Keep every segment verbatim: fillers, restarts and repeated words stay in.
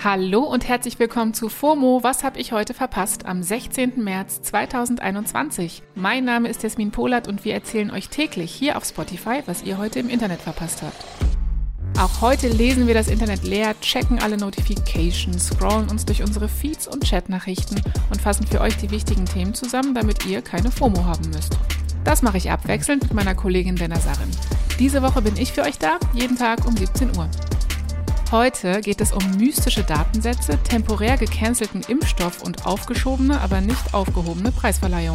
Hallo und herzlich willkommen zu FOMO, was habe ich heute verpasst, am sechzehnten März zweitausendeinundzwanzig. Mein Name ist Jasmin Polat und wir erzählen euch täglich hier auf Spotify, was ihr heute im Internet verpasst habt. Auch heute lesen wir das Internet leer, checken alle Notifications, scrollen uns durch unsere Feeds und Chatnachrichten und fassen für euch die wichtigen Themen zusammen, damit ihr keine FOMO haben müsst. Das mache ich abwechselnd mit meiner Kollegin Dena Sarin. Diese Woche bin ich für euch da, jeden Tag um siebzehn Uhr. Heute geht es um mystische Datensätze, temporär gecancelten Impfstoff und aufgeschobene, aber nicht aufgehobene Preisverleihungen.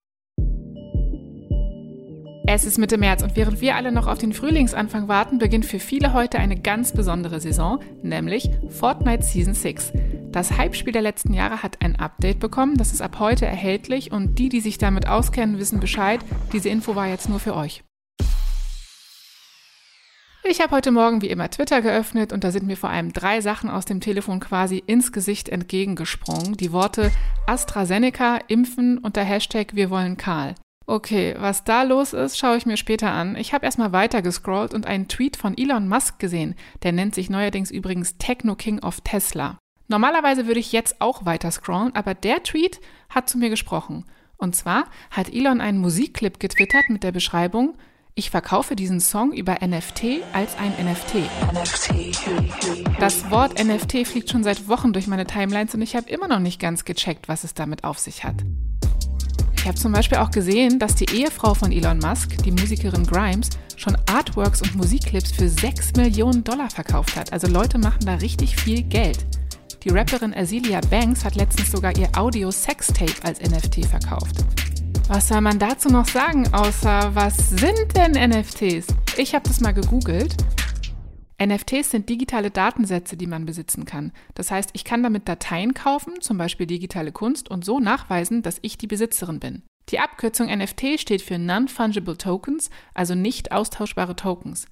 Es ist Mitte März und während wir alle noch auf den Frühlingsanfang warten, beginnt für viele heute eine ganz besondere Saison, nämlich Fortnite Season sechs. Das Hype-Spiel der letzten Jahre hat ein Update bekommen, das ist ab heute erhältlich und die, die sich damit auskennen, wissen Bescheid. Diese Info war jetzt nur für euch. Ich habe heute Morgen wie immer Twitter geöffnet und da sind mir vor allem drei Sachen aus dem Telefon quasi ins Gesicht entgegengesprungen. Die Worte AstraZeneca, Impfen und der Hashtag Wir wollen Karl. Okay, was da los ist, schaue ich mir später an. Ich habe erstmal weiter gescrollt und einen Tweet von Elon Musk gesehen. Der nennt sich neuerdings übrigens Techno King of Tesla. Normalerweise würde ich jetzt auch weiter scrollen, aber der Tweet hat zu mir gesprochen. Und zwar hat Elon einen Musikclip getwittert mit der Beschreibung: Ich verkaufe diesen Song über N F T als ein N F T. Das Wort N F T fliegt schon seit Wochen durch meine Timelines und ich habe immer noch nicht ganz gecheckt, was es damit auf sich hat. Ich habe zum Beispiel auch gesehen, dass die Ehefrau von Elon Musk, die Musikerin Grimes, schon Artworks und Musikclips für sechs Millionen Dollar verkauft hat. Also Leute machen da richtig viel Geld. Die Rapperin Azealia Banks hat letztens sogar ihr Audio-Sextape als N F T verkauft. Was soll man dazu noch sagen, außer was sind denn N F Ts? Ich habe das mal gegoogelt. N F Ts sind digitale Datensätze, die man besitzen kann. Das heißt, ich kann damit Dateien kaufen, zum Beispiel digitale Kunst, und so nachweisen, dass ich die Besitzerin bin. Die Abkürzung N F T steht für Non-Fungible Tokens, also nicht austauschbare Tokens.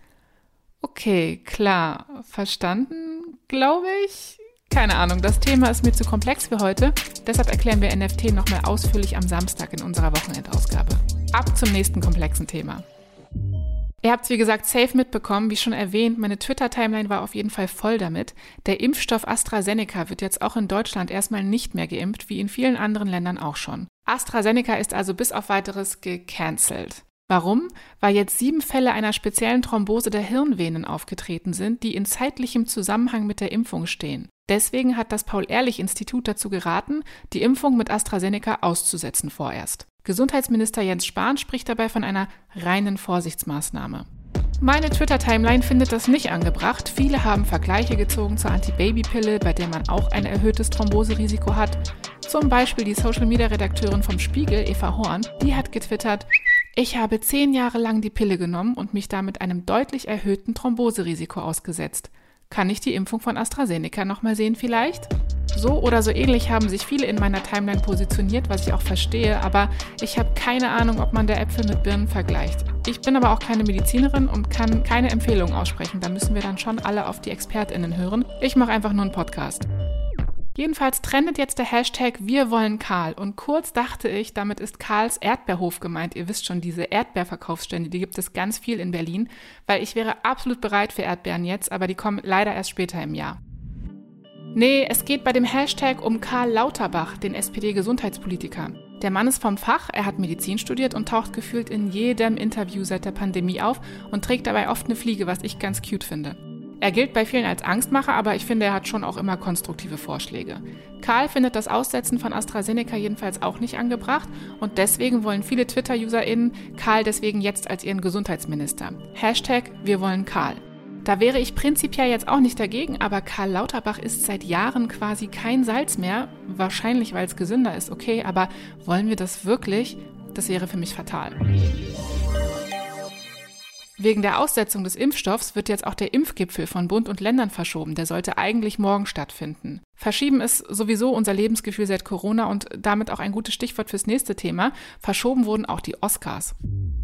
Okay, klar, verstanden, glaube ich. Keine Ahnung, das Thema ist mir zu komplex für heute, deshalb erklären wir N F T nochmal ausführlich am Samstag in unserer Wochenendausgabe. Ab zum nächsten komplexen Thema. Ihr habt es wie gesagt safe mitbekommen, wie schon erwähnt, meine Twitter-Timeline war auf jeden Fall voll damit. Der Impfstoff AstraZeneca wird jetzt auch in Deutschland erstmal nicht mehr geimpft, wie in vielen anderen Ländern auch schon. AstraZeneca ist also bis auf weiteres gecancelt. Warum? Weil jetzt sieben Fälle einer speziellen Thrombose der Hirnvenen aufgetreten sind, die in zeitlichem Zusammenhang mit der Impfung stehen. Deswegen hat das Paul-Ehrlich-Institut dazu geraten, die Impfung mit AstraZeneca auszusetzen vorerst. Gesundheitsminister Jens Spahn spricht dabei von einer reinen Vorsichtsmaßnahme. Meine Twitter-Timeline findet das nicht angebracht. Viele haben Vergleiche gezogen zur Antibabypille, bei der man auch ein erhöhtes Thromboserisiko hat. Zum Beispiel die Social-Media-Redakteurin vom Spiegel, Eva Horn, die hat getwittert: Ich habe zehn Jahre lang die Pille genommen und mich damit einem deutlich erhöhten Thromboserisiko ausgesetzt. Kann ich die Impfung von AstraZeneca nochmal sehen vielleicht? So oder so ähnlich haben sich viele in meiner Timeline positioniert, was ich auch verstehe, aber ich habe keine Ahnung, ob man der Äpfel mit Birnen vergleicht. Ich bin aber auch keine Medizinerin und kann keine Empfehlungen aussprechen, da müssen wir dann schon alle auf die ExpertInnen hören. Ich mache einfach nur einen Podcast. Jedenfalls trendet jetzt der Hashtag Wir wollen Karl und kurz dachte ich, damit ist Karls Erdbeerhof gemeint. Ihr wisst schon, diese Erdbeerverkaufsstände, die gibt es ganz viel in Berlin, weil ich wäre absolut bereit für Erdbeeren jetzt, aber die kommen leider erst später im Jahr. Nee, es geht bei dem Hashtag um Karl Lauterbach, den S P D-Gesundheitspolitiker. Der Mann ist vom Fach, er hat Medizin studiert und taucht gefühlt in jedem Interview seit der Pandemie auf und trägt dabei oft eine Fliege, was ich ganz cute finde. Er gilt bei vielen als Angstmacher, aber ich finde, er hat schon auch immer konstruktive Vorschläge. Karl findet das Aussetzen von AstraZeneca jedenfalls auch nicht angebracht und deswegen wollen viele Twitter-UserInnen Karl deswegen jetzt als ihren Gesundheitsminister. Hashtag Wir wollen Karl. Da wäre ich prinzipiell jetzt auch nicht dagegen, aber Karl Lauterbach ist seit Jahren quasi kein Salz mehr. Wahrscheinlich, weil es gesünder ist, okay, aber wollen wir das wirklich? Das wäre für mich fatal. Wegen der Aussetzung des Impfstoffs wird jetzt auch der Impfgipfel von Bund und Ländern verschoben. Der sollte eigentlich morgen stattfinden. Verschieben ist sowieso unser Lebensgefühl seit Corona und damit auch ein gutes Stichwort fürs nächste Thema. Verschoben wurden auch die Oscars.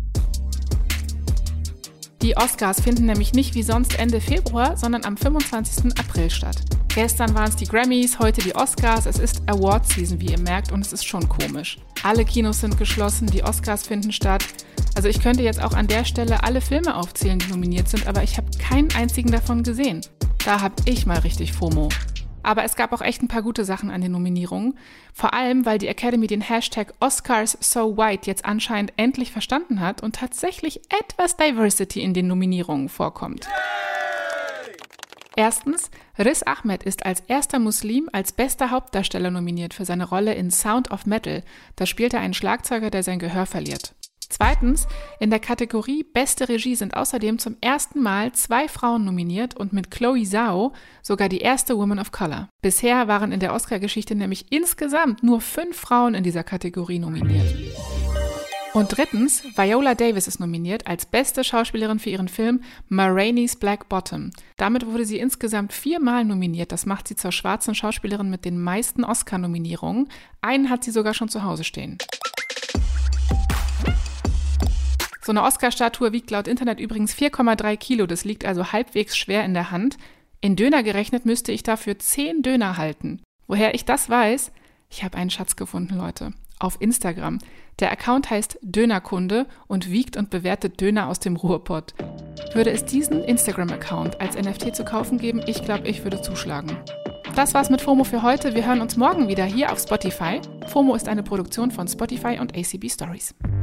Die Oscars finden nämlich nicht wie sonst Ende Februar, sondern am fünfundzwanzigsten April statt. Gestern waren es die Grammys, heute die Oscars. Es ist Award-Season, wie ihr merkt, und es ist schon komisch. Alle Kinos sind geschlossen, die Oscars finden statt. Also ich könnte jetzt auch an der Stelle alle Filme aufzählen, die nominiert sind, aber ich habe keinen einzigen davon gesehen. Da habe ich mal richtig FOMO. Aber es gab auch echt ein paar gute Sachen an den Nominierungen. Vor allem, weil die Academy den Hashtag Oscars So White jetzt anscheinend endlich verstanden hat und tatsächlich etwas Diversity in den Nominierungen vorkommt. Erstens, Riz Ahmed ist als erster Muslim als bester Hauptdarsteller nominiert für seine Rolle in Sound of Metal. Da spielt er einen Schlagzeuger, der sein Gehör verliert. Zweitens, in der Kategorie Beste Regie sind außerdem zum ersten Mal zwei Frauen nominiert und mit Chloe Zhao sogar die erste Woman of Color. Bisher waren in der Oscar-Geschichte nämlich insgesamt nur fünf Frauen in dieser Kategorie nominiert. Und drittens, Viola Davis ist nominiert als beste Schauspielerin für ihren Film Ma Rainey's Black Bottom. Damit wurde sie insgesamt viermal nominiert. Das macht sie zur schwarzen Schauspielerin mit den meisten Oscar-Nominierungen. Einen hat sie sogar schon zu Hause stehen. So eine Oscar-Statue wiegt laut Internet übrigens vier Komma drei Kilo. Das liegt also halbwegs schwer in der Hand. In Döner gerechnet müsste ich dafür zehn Döner halten. Woher ich das weiß? Ich habe einen Schatz gefunden, Leute. Auf Instagram. Der Account heißt Dönerkunde und wiegt und bewertet Döner aus dem Ruhrpott. Würde es diesen Instagram-Account als N F T zu kaufen geben, ich glaube, ich würde zuschlagen. Das war's mit FOMO für heute. Wir hören uns morgen wieder hier auf Spotify. FOMO ist eine Produktion von Spotify und A C B Stories.